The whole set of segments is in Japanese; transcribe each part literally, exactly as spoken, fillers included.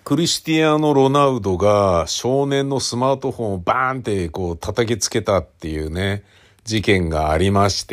クリスティアーノ・ロナウドが少年のスマートフォンをバーンってこう叩きつけたっていうね、事件がありまして、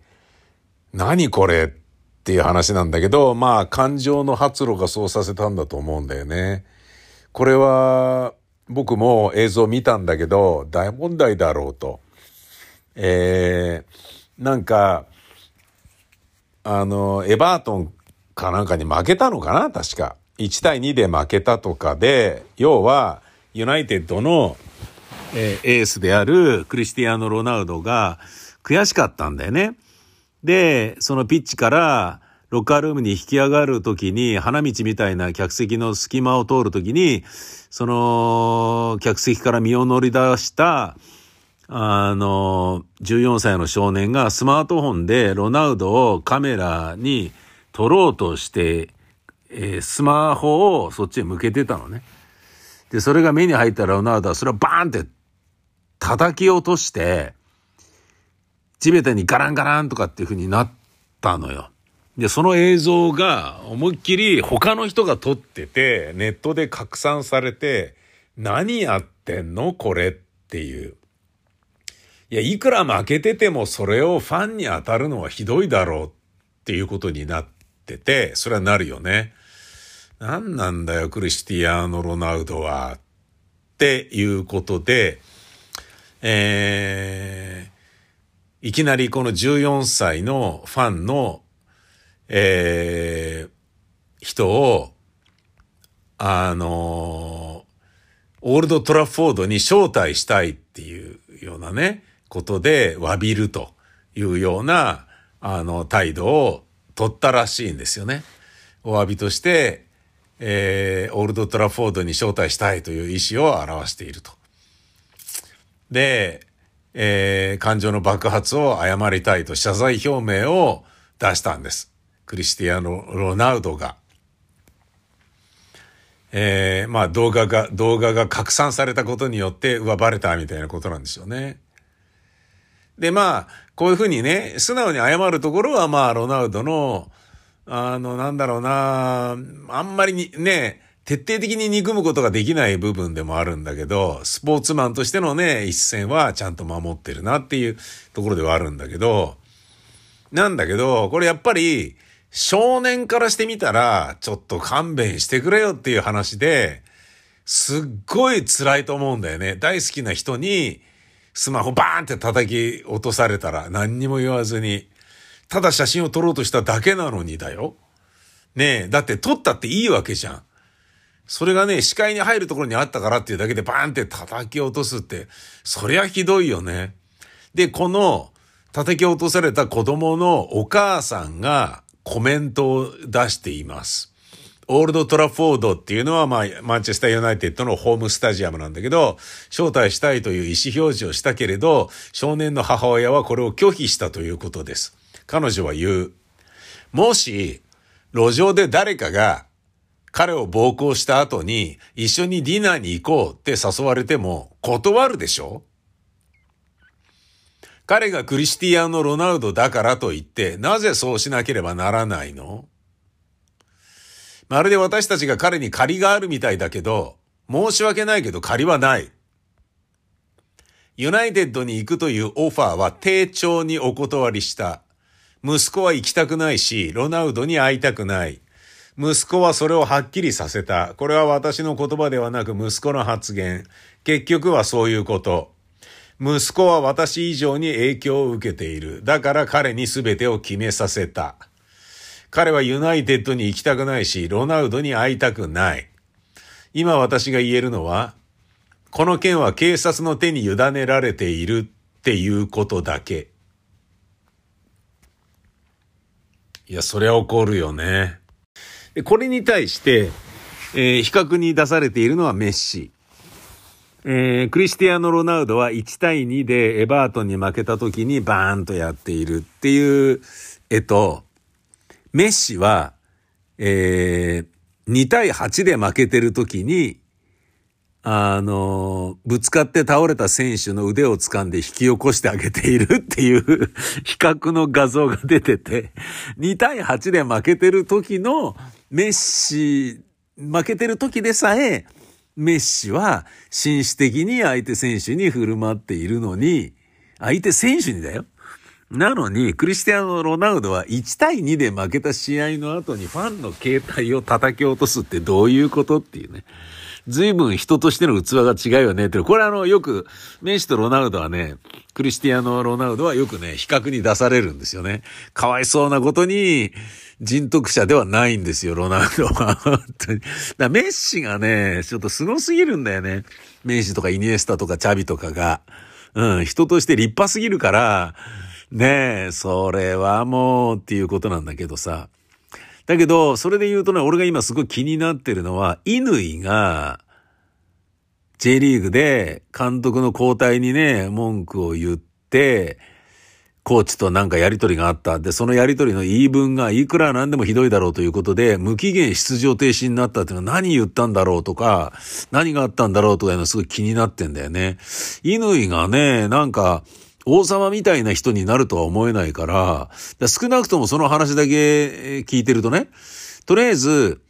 何これっていう話なんだけど、まあ感情の発露がそうさせたんだと思うんだよね。これは僕も映像見たんだけど、大問題だろうと。えー、なんか、あの、エバートンかなんかに負けたのかな確か。いちたいにで負けたとかで、要は、ユナイテッドの、えー、エースであるクリスティアーノ・ロナウドが悔しかったんだよね。で、そのピッチからロッカールームに引き上がるときに、花道みたいな客席の隙間を通るときに、その客席から身を乗り出した、あの、じゅうよんさいの少年がスマートフォンでロナウドをカメラに撮ろうとして、えー、スマホをそっちへ向けてたのね。で、それが目に入ったロナウドはそれをバーンって叩き落として、地べたにガランガランとかっていう風になったのよ。で、その映像が思いっきり他の人が撮ってて、ネットで拡散されて、何やってんのこれっていう。いや、いくら負けててもそれをファンに当たるのはひどいだろうっていうことになってて、それはなるよね。何なんだよ、クリスティアーノ・ロナウドは。っていうことで、えー、いきなりこのじゅうよんさいのファンの、えー、人を、あの、オールド・トラフォードに招待したいっていうようなね、ことで詫びるというような、あの、態度を取ったらしいんですよね。お詫びとして、えー、オールド・トラフォードに招待したいという意思を表していると。で、えー、感情の爆発を謝りたいと謝罪表明を出したんです。クリスティアーノ・ロナウドが。えー、まあ動画が、動画が拡散されたことによって、うわ、バレたみたいなことなんでしょうね。で、まあ、こういうふうにね、素直に謝るところは、まあ、ロナウドの、あの、なんだろうな、あんまりにね、徹底的に憎むことができない部分でもあるんだけど、スポーツマンとしてのね、一線はちゃんと守ってるなっていうところではあるんだけど、なんだけど、これやっぱり、少年からしてみたら、ちょっと勘弁してくれよっていう話で、すっごい辛いと思うんだよね。大好きな人に、スマホバーンって叩き落とされたら、何にも言わずに、ただ写真を撮ろうとしただけなのにだよ。ねえ、だって撮ったっていいわけじゃん。それがね、視界に入るところにあったからっていうだけでバーンって叩き落とすって、そりゃひどいよね。で、この叩き落とされた子供のお母さんがコメントを出しています。オールド・トラフォードっていうのは、まあ、マンチェスター・ユナイテッドのホームスタジアムなんだけど、招待したいという意思表示をしたけれど、少年の母親はこれを拒否したということです。彼女は言う。もし、路上で誰かが彼を暴行した後に一緒にディナーに行こうって誘われても断るでしょ？彼がクリスティアーノ・ロナウドだからといって、なぜそうしなければならないの？まるで私たちが彼に借りがあるみたいだけど、申し訳ないけど借りはない。ユナイテッドに行くというオファーは丁重にお断りした。息子は行きたくないし、ロナウドに会いたくない。息子はそれをはっきりさせた。これは私の言葉ではなく息子の発言。結局はそういうこと。息子は私以上に影響を受けている。だから彼に全てを決めさせた。彼はユナイテッドに行きたくないし、ロナウドに会いたくない。今私が言えるのは、この件は警察の手に委ねられているっていうことだけ。いや、そりゃ怒るよね。で、これに対して、えー、比較に出されているのはメッシ。えー、クリスティアーノ・ロナウドはいちたいにでエバートンに負けた時にバーンとやっているっていう絵と、メッシは、えー、にたいはちで負けてる時に、あの、ぶつかって倒れた選手の腕を掴んで引き起こしてあげているっていう比較の画像が出てて、にたいはちで負けてる時のメッシ負けてる時でさえ、メッシは紳士的に相手選手に振る舞っているのに、相手選手にだよ。なのに、クリスティアーノ・ロナウドはいちたいにで負けた試合の後にファンの携帯を叩き落とすってどういうことっていうね。随分人としての器が違うよねって。これあの、よく、メッシとロナウドはね、クリスティアーノ・ロナウドはよくね、比較に出されるんですよね。かわいそうなことに、人徳者ではないんですよ、ロナウドは。本当に。だからメッシがね、ちょっと凄すぎるんだよね。メッシとかイニエスタとかチャビとかが。うん、人として立派すぎるから、ねえ、それはもうっていうことなんだけどさ。だけど、それで言うとね、俺が今すごい気になってるのは、乾が、J リーグで監督の交代にね、文句を言って、コーチとなんかやりとりがあった。で、そのやりとりの言い分がいくらなんでもひどいだろうということで、無期限出場停止になったっていうのは何言ったんだろうとか、何があったんだろうとかいうのすごい気になってんだよね。乾がね、なんか、王様みたいな人になるとは思えないから、少なくともその話だけ聞いてるとね、とりあえず、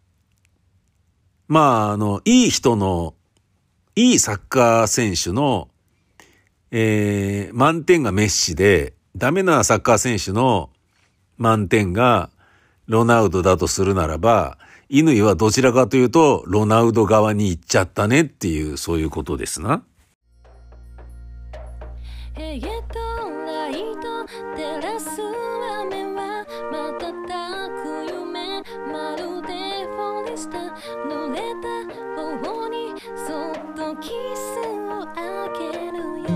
まあ、あの、いい人の、いいサッカー選手の、えー、満点がメッシで、ダメなサッカー選手の満点がロナウドだとするならば、乾はどちらかというと、ロナウド側に行っちゃったねっていう、そういうことですな。ヘゲとライト照らす雨は瞬く夢、まるでフォレスタ濡れた頬にそっとキスをあげるよ。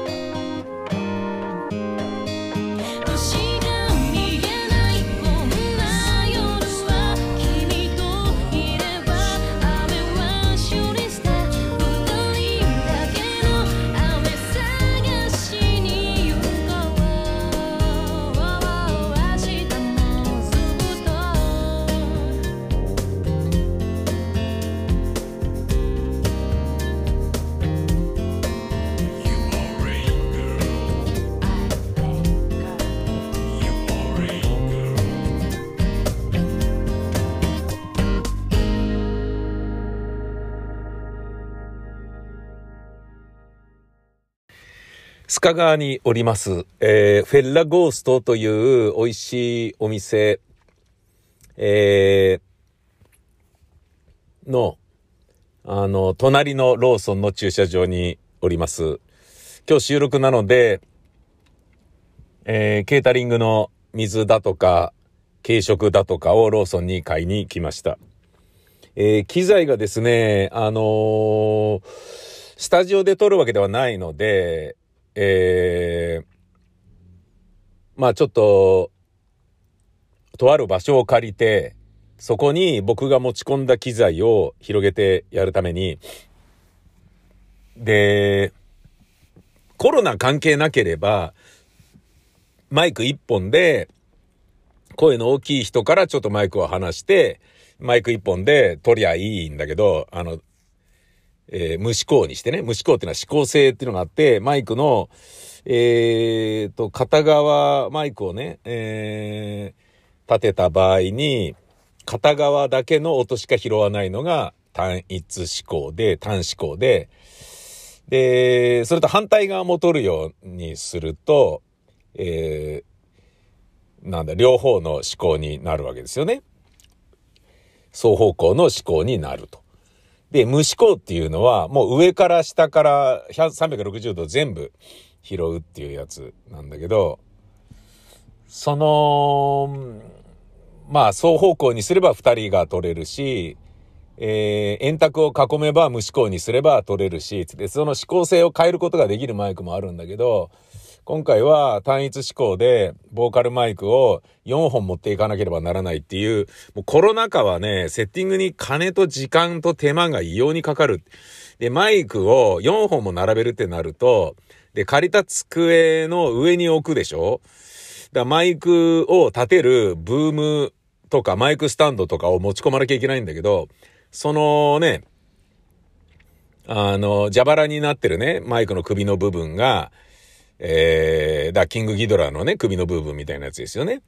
星が見えないこんな夜は君といれば雨は処理した二人だけの雨探しに行こう。明日もずっと須賀川におります、えー、フェッラゴーストという美味しいお店、えー、の、あの、隣のローソンの駐車場におります。今日収録なので、えー、ケータリングの水だとか、軽食だとかをローソンに買いに来ました。えー、機材がですね、あのー、スタジオで撮るわけではないので、えー、まあちょっと、とある場所を借りて、そこに僕が持ち込んだ機材を広げてやるために、で、コロナ関係なければ、マイク一本で、声の大きい人からちょっとマイクを離して、マイク一本で撮りゃいいんだけど、あの、えー、無指向にしてね、無指向っていうのは指向性っていうのがあって、マイクの、えーと、片側、マイクをね、えー、立てた場合に、片側だけの音しか拾わないのが単一指向で、単指向で、で、それと反対側も撮るようにすると、えー、なんだ、両方の指向になるわけですよね。双方向の指向になると。で、無指向っていうのは、もう上から下からさんびゃくろくじゅうど全部拾うっていうやつなんだけど、その、まあ、双方向にすればふたりが取れるし、えー、円卓を囲めば無指向にすれば取れるし、で、その指向性を変えることができるマイクもあるんだけど、今回は単一指向でボーカルマイクをよんほん持っていかなければならないっていう、もうコロナ禍はね、セッティングに金と時間と手間が異様にかかる。で、マイクをよんほんも並べるってなると、で、借りた机の上に置くでしょ？だからマイクを立てるブームとかマイクスタンドとかを持ち込まなきゃいけないんだけど、そのね、あの、蛇腹になってるね、マイクの首の部分が、えー、だキングギドラのね、首の部分みたいなやつですよね。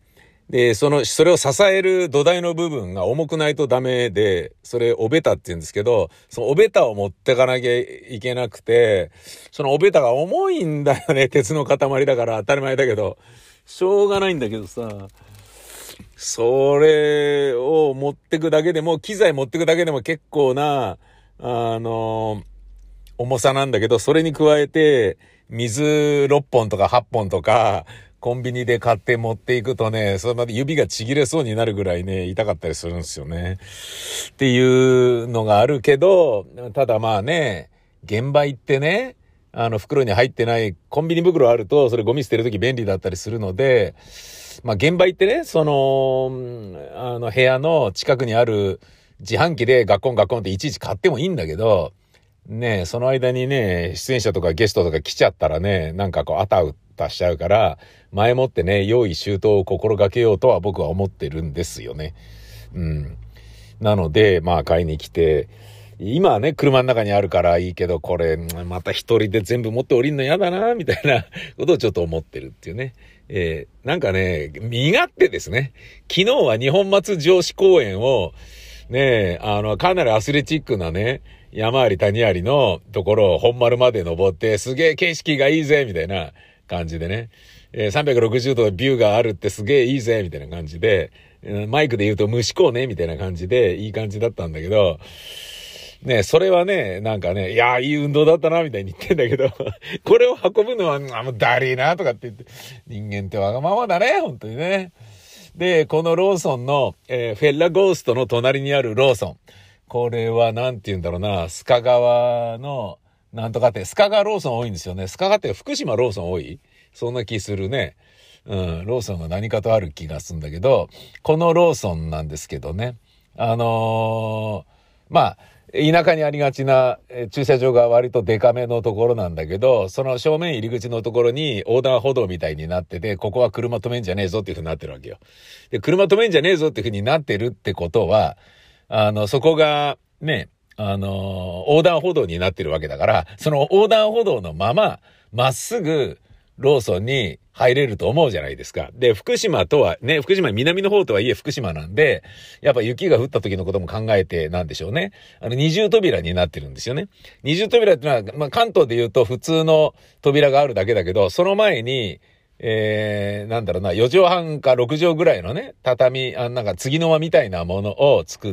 で、その、それを支える土台の部分が重くないとダメで、それおべたって言うんですけど、そのおべたを持ってかなきゃいけなくて、そのおべたが重いんだよね。鉄の塊だから当たり前だけど、しょうがないんだけどさ、それを持ってくだけでも、機材持ってくだけでも結構な、あの、重さなんだけど、それに加えて、水ろっぽんとかはっぽんとか、コンビニで買って持っていくとね、それまで指がちぎれそうになるぐらいね、痛かったりするんですよね。っていうのがあるけど、ただまあね、現場行ってね、あの袋に入ってないコンビニ袋あると、それゴミ捨てるとき便利だったりするので、まあ現場行ってね、その、あの部屋の近くにある自販機でガッコンガッコンっていちいち買ってもいいんだけど、ねえ、その間にね、出演者とかゲストとか来ちゃったらね、なんかこう、あたうたしちゃうから、前もってね、用意周到を心がけようとは僕は思ってるんですよね。うん。なので、まあ買いに来て、今はね、車の中にあるからいいけど、これ、また一人で全部持って降りんの嫌だな、みたいなことをちょっと思ってるっていうね。えー、なんかね、身勝手ですね。昨日は日本松城址公園を、ね、あの、かなりアスレチックなね、山あり谷ありのところを本丸まで登って、すげえ景色がいいぜみたいな感じでね、えー、さんびゃくろくじゅうどビューがあるってすげえいいぜみたいな感じで、マイクで言うと虫こうねみたいな感じでいい感じだったんだけど、ね、それはね、なんかね、いやーいい運動だったなみたいに言ってんだけど、これを運ぶのは、あ、もうだりーなとかって言って、人間ってわがままだね、本当にね。で、このローソンの、えー、フェッラゴーストの隣にあるローソン。これはなんて言うんだろうな、須賀川の、なんとかって、須賀川ローソン多いんですよね。須賀川って福島ローソン多い？そんな気するね。うん、ローソンが何かとある気がするんだけど、このローソンなんですけどね。あのー、まあ、田舎にありがちな駐車場が割とデカめのところなんだけど、その正面入り口のところに横断歩道みたいになってて、ここは車止めんじゃねえぞっていう風になってるわけよ。で、車止めんじゃねえぞっていう風になってるってことは、あの、そこがね、あの、横断歩道になってるわけだから、その横断歩道のまま、まっすぐローソンに入れると思うじゃないですか。で、福島とはね、福島南の方とはいえ福島なんで、やっぱ雪が降った時のことも考えてなんでしょうね。あの、二重扉になってるんですよね。二重扉ってのは、まあ、関東で言うと普通の扉があるだけだけど、その前に、えー、なんだろうな、よ畳半かろく畳ぐらいのね、畳、あなんか次の間みたいなものを作って、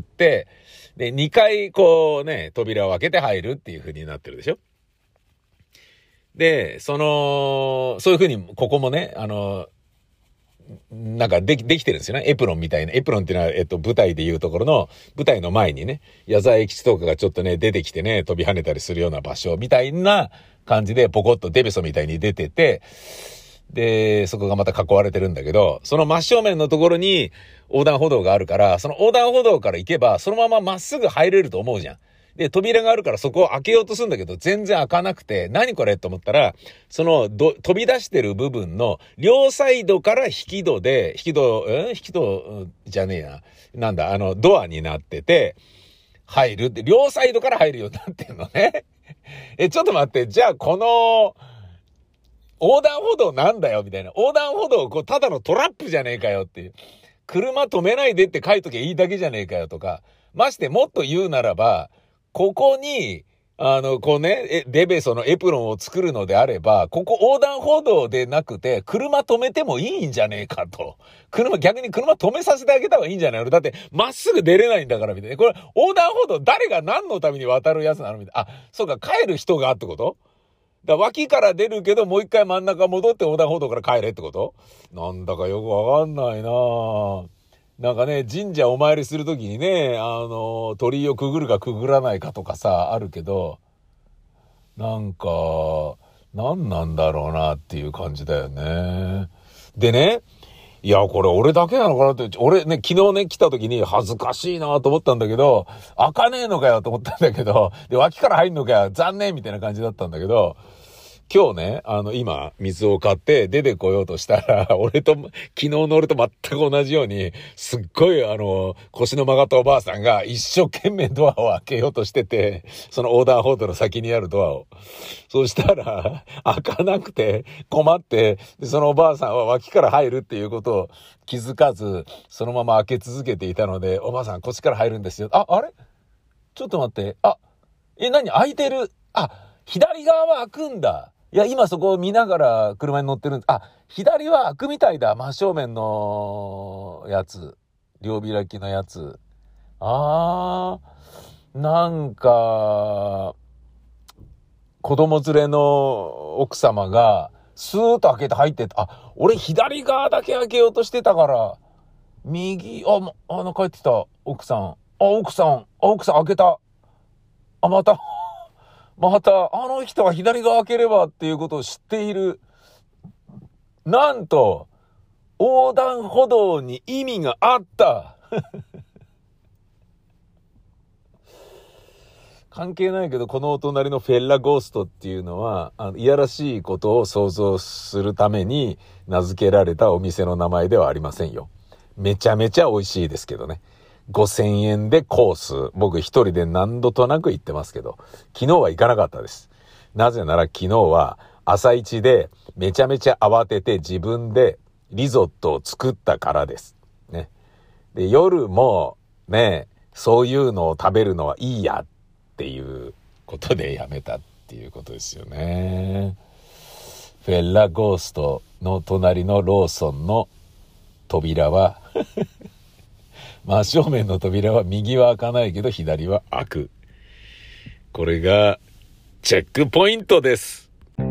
で、にかいこうね、扉を開けて入るっていう風になってるでしょ。で、その、そういう風に、ここもね、あの、なんかでき、できてるんですよね。エプロンみたいな。エプロンっていうのは、えっと、舞台でいうところの、舞台の前にね、矢沢永吉とかがちょっとね、出てきてね、飛び跳ねたりするような場所みたいな感じで、ポコッとデベソみたいに出てて、で、そこがまた囲われてるんだけど、その真正面のところに横断歩道があるから、その横断歩道から行けば、そのまままっすぐ入れると思うじゃん。で、扉があるからそこを開けようとするんだけど、全然開かなくて、何これと思ったら、そのど、飛び出してる部分の両サイドから引き戸で、引き戸、ん引き戸じゃねえな。なんだ、あの、ドアになってて、入るって、両サイドから入るようになってんのね。え、ちょっと待って、じゃあこの、横断歩道なんだよみたいな。横断歩道、こう、ただのトラップじゃねえかよっていう。車止めないでって書いときゃいいだけじゃねえかよとか。ましてもっと言うならば、ここに、あの、こうね、デベソのエプロンを作るのであれば、ここ横断歩道でなくて、車止めてもいいんじゃねえかと。車、逆に車止めさせてあげた方がいいんじゃないの？だって、まっすぐ出れないんだからみたいな。これ、横断歩道誰が何のために渡るやつなのみたいな。あ、そうか、帰る人がってこと？だ脇から出るけどもう一回真ん中戻って横断歩道から帰れってこと？なんだかよくわかんないなぁ。なんかね、神社お参りするときにね、あの、鳥居をくぐるかくぐらないかとかさ、あるけど、なんか、なんなんだろうなっていう感じだよね。でね、いや、これ俺だけなのかなって、俺ね、昨日ね、来た時に恥ずかしいなと思ったんだけど、開かねえのかよと思ったんだけど、で、脇から入んのかよ、残念みたいな感じだったんだけど、 今日ね、あの、今、水を買って出てこようとしたら、俺と、昨日の俺と全く同じように、すっごい、あの、腰の曲がったおばあさんが一生懸命ドアを開けようとしてて、その横断歩道の先にあるドアを。そしたら、開かなくて困って、でそのおばあさんは脇から入るっていうことを気づかず、そのまま開け続けていたので、おばあさんこっちから入るんですよ。あ、あれちょっと待って。あ、え、何開いてる。あ、左側は開くんだ。いや、今そこを見ながら車に乗ってるんです。あ、左は開くみたいだ。真正面のやつ。両開きのやつ。あー、なんか、子供連れの奥様が、スーッと開けて入ってった。あ、俺左側だけ開けようとしてたから、右、あ、ま、あの、帰ってきた奥さん。あ、奥さん、あ、奥さん開けた。あ、また、また、あの人が左側開ければっていうことを知っている。なんと、横断歩道に意味があった。関係ないけど、このお隣のフェッラゴーストっていうのは、あの、いやらしいことを想像するために名付けられたお店の名前ではありませんよ。めちゃめちゃ美味しいですけどね。ごせんえんでコース。僕一人で何度となく行ってますけど、昨日は行かなかったです。なぜなら昨日は朝一でめちゃめちゃ慌てて自分でリゾットを作ったからです。ね。で、夜もね、そういうのを食べるのはいいやっていうことでやめたっていうことですよね。フェッラゴーストの隣のローソンの扉は真正面の扉は右は開かないけど左は開く。これがチェックポイントです。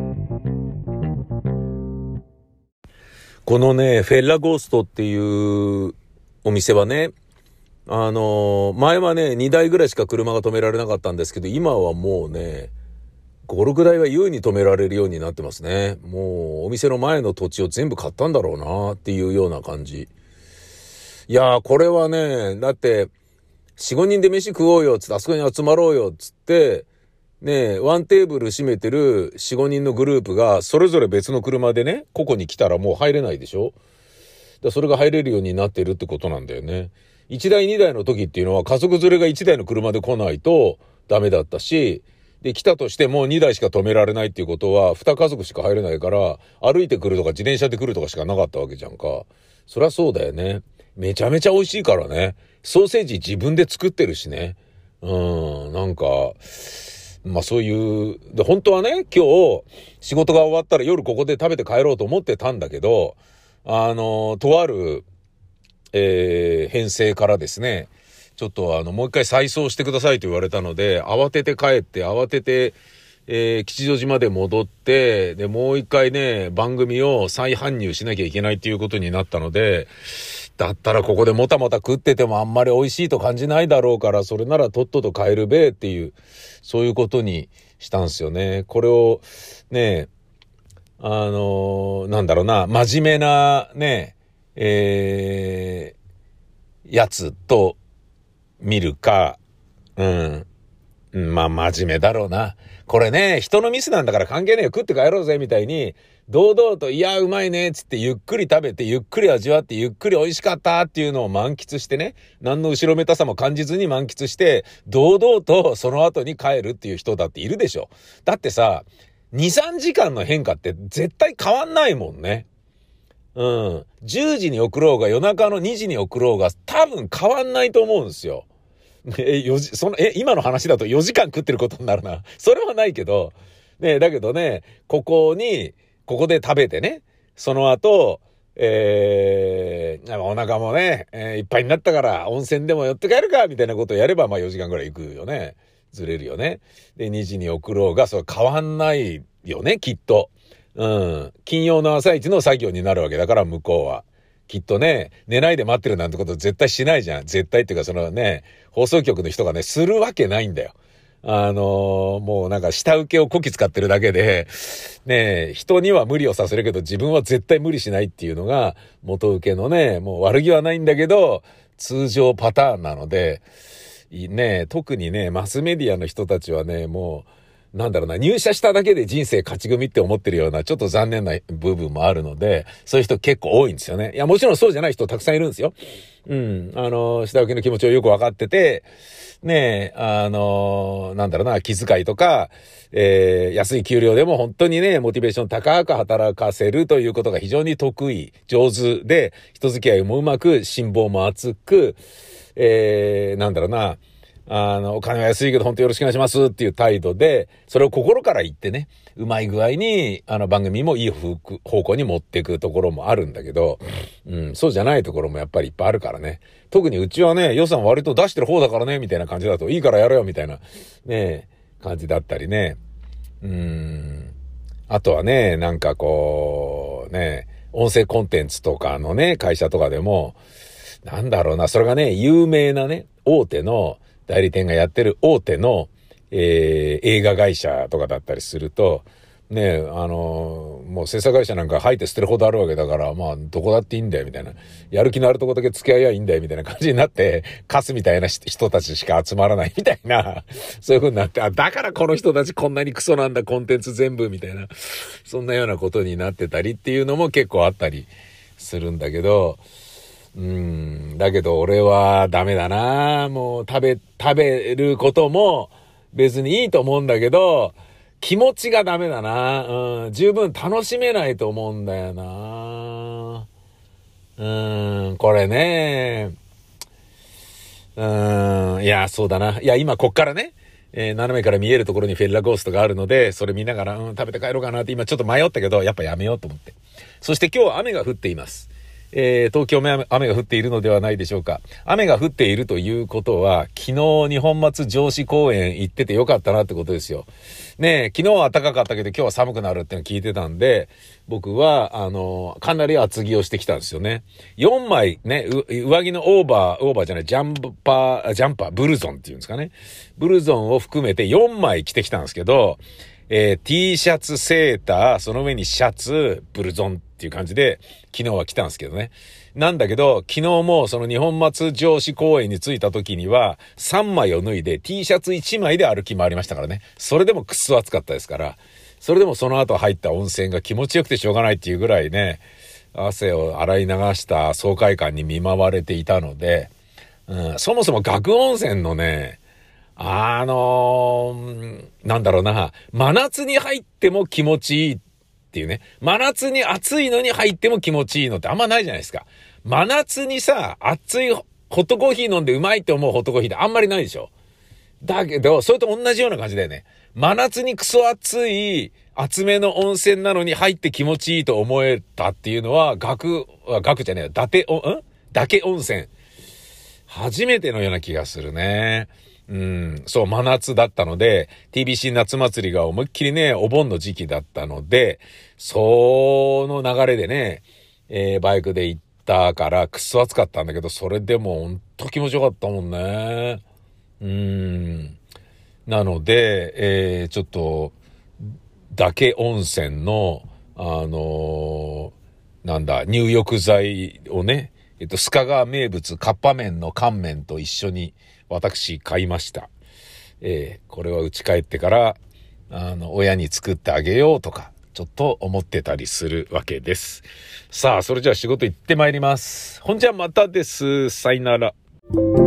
このね、フェッラゴーストっていうお店はね、あのー、前はね、にだいぐらいしか車が止められなかったんですけど、今はもうね、ご、ろくだいは優に止められるようになってますね。もうお店の前の土地を全部買ったんだろうなっていうような感じ。いやー、これはね、だって、よん、ごにんで飯食おうよ、つって、あそこに集まろうよ、つって、ねえ、ワンテーブル占めてるよん、ごにんのグループが、それぞれ別の車でね、ここに来たらもう入れないでしょ？だそれが入れるようになってるってことなんだよね。いちだいにだいの時っていうのは、家族連れがいちだいの車で来ないとダメだったし、で、来たとしてもにだいしか止められないっていうことは、に家族しか入れないから、歩いてくるとか自転車で来るとかしかなかったわけじゃんか。そりゃそうだよね。めちゃめちゃ美味しいからね。ソーセージ自分で作ってるしね。うん、なんか、まあそういう、で、本当はね、今日、仕事が終わったら夜ここで食べて帰ろうと思ってたんだけど、あの、とある、えー、編成からですね、ちょっとあの、もう一回再送してくださいと言われたので、慌てて帰って、慌てて、えー、吉祥寺まで戻って、で、もう一回ね、番組を再搬入しなきゃいけないっていうことになったので、だったらここでもたもた食っててもあんまり美味しいと感じないだろうから、それならとっとと帰るべっていう、そういうことにしたんですよね。これを、ね、あのー、なんだろうな、真面目な、ね、えー、やつと見るか、うん。まあ、真面目だろうな。これね、人のミスなんだから関係ねえよ。食って帰ろうぜ、みたいに、堂々と、いや、うまいね、つって、ゆっくり食べて、ゆっくり味わって、ゆっくり美味しかったっていうのを満喫してね、何の後ろめたさも感じずに満喫して、堂々とその後に帰るっていう人だっているでしょ。だってさ、に、さんじかんの変化って絶対変わんないもんね。うん。じゅうじに送ろうが、夜中のにじに送ろうが、多分変わんないと思うんですよ。え、よじ、その、え、今の話だとよじかん食ってることになるな。それはないけど、ね、だけどね、ここに、ここで食べてね、その後、えー、お腹もね、えー、いっぱいになったから温泉でも寄って帰るか、みたいなことをやれば、まあよじかんぐらい行くよね。ずれるよね。で、にじに送ろうが、それ変わんないよね、きっと。うん。金曜の朝一の作業になるわけだから、向こうは。きっとね、寝ないで待ってるなんてこと絶対しないじゃん。絶対っていうかそのね、放送局の人がね、するわけないんだよ。あのー、もうなんか下請けをこき使ってるだけで、ね、人には無理をさせるけど自分は絶対無理しないっていうのが元請けのね、もう悪気はないんだけど、通常パターンなので、ね、特にね、マスメディアの人たちはね、もなんだろうな、入社しただけで人生勝ち組って思ってるような、ちょっと残念な部分もあるので、そういう人結構多いんですよね。いや、もちろんそうじゃない人たくさんいるんですよ。うん。あの、下請けの気持ちをよくわかってて、ねえ、あの、なんだろうな、気遣いとか、えー、安い給料でも本当にね、モチベーション高く働かせるということが非常に得意、上手で、人付き合いもうまく、辛抱も厚く、えー、なんだろうな、あの、お金は安いけど本当よろしくお願いしますっていう態度で、それを心から言ってね、うまい具合に、あの番組もいい方向に持っていくところもあるんだけど、うん、そうじゃないところもやっぱりいっぱいあるからね。特にうちはね、予算割と出してる方だからね、みたいな感じだと、いいからやろよ、みたいな、ね、感じだったりね。うん。あとはね、なんかこう、ね、音声コンテンツとかのね、会社とかでも、なんだろうな、それがね、有名なね、大手の、代理店がやってる大手の、えー、映画会社とかだったりすると、ね、あのー、もう制作会社なんか入って捨てるほどあるわけだから、まあ、どこだっていいんだよ、みたいな。やる気のあるとこだけ付き合いはいいんだよ、みたいな感じになって、カスみたいな人たちしか集まらない、みたいな、そういう風になって、あ、だからこの人たちこんなにクソなんだ、コンテンツ全部、みたいな、そんなようなことになってたりっていうのも結構あったりするんだけど、うん、だけど俺はダメだな。もう食べ、食べることも別にいいと思うんだけど、気持ちがダメだな。うん、十分楽しめないと思うんだよな。うん、これね。うん、いや、そうだな。いや、今こっからね、えー、斜めから見えるところにフェルラゴーストがあるので、それ見ながら、うん、食べて帰ろうかなって今ちょっと迷ったけど、やっぱやめようと思って。そして今日雨が降っています。えー、東京も雨が降っているのではないでしょうか。雨が降っているということは、昨日日本松城址公園行っててよかったなってことですよ。ねえ、昨日は暖かかったけど今日は寒くなるっての聞いてたんで、僕は、あの、かなり厚着をしてきたんですよね。よんまいね、上着のオーバー、オーバーじゃない、ジャンパー、ジャンパー、ブルゾンっていうんですかね。ブルゾンを含めてよんまい着てきたんですけど、えー、T シャツ、セーター、その上にシャツ、ブルゾンっていう感じで、昨日は来たんですけどね。なんだけど、昨日もその日本松城址公園に着いた時には、さんまいを脱いで T シャツいちまいで歩き回りましたからね。それでもくっそ暑かったですから、それでもその後入った温泉が気持ちよくてしょうがないっていうぐらいね、汗を洗い流した爽快感に見舞われていたので、うん、そもそも学温泉のね、あのー、なんだろうな、真夏に入っても気持ちいいっていうね、真夏に暑いのに入っても気持ちいいのってあんまないじゃないですか。真夏にさ、熱いホットコーヒー飲んでうまいって思うホットコーヒーってあんまりないでしょ。だけど、それと同じような感じだよね。真夏にクソ暑い、厚めの温泉なのに入って気持ちいいと思えたっていうのは、学、学じゃねえよ、だて、お、んだけ温泉。初めてのような気がするね。うん、そう、真夏だったので、ティービーシー 夏祭りが思いっきりね、お盆の時期だったので、その流れでね、えー、バイクで行ったからくっそ暑かったんだけど、それでもほんと気持ちよかったもんね。うん。なので、えー、ちょっと、嶽温泉の、あのー、なんだ、入浴剤をね、えっと、須賀川名物カッパ麺の乾麺と一緒に私買いました。えー、これは家帰ってから、あの、親に作ってあげようとか、ちょっと思ってたりするわけです。さあ、それじゃあ仕事行ってまいります。ほんじゃまたです。さよなら。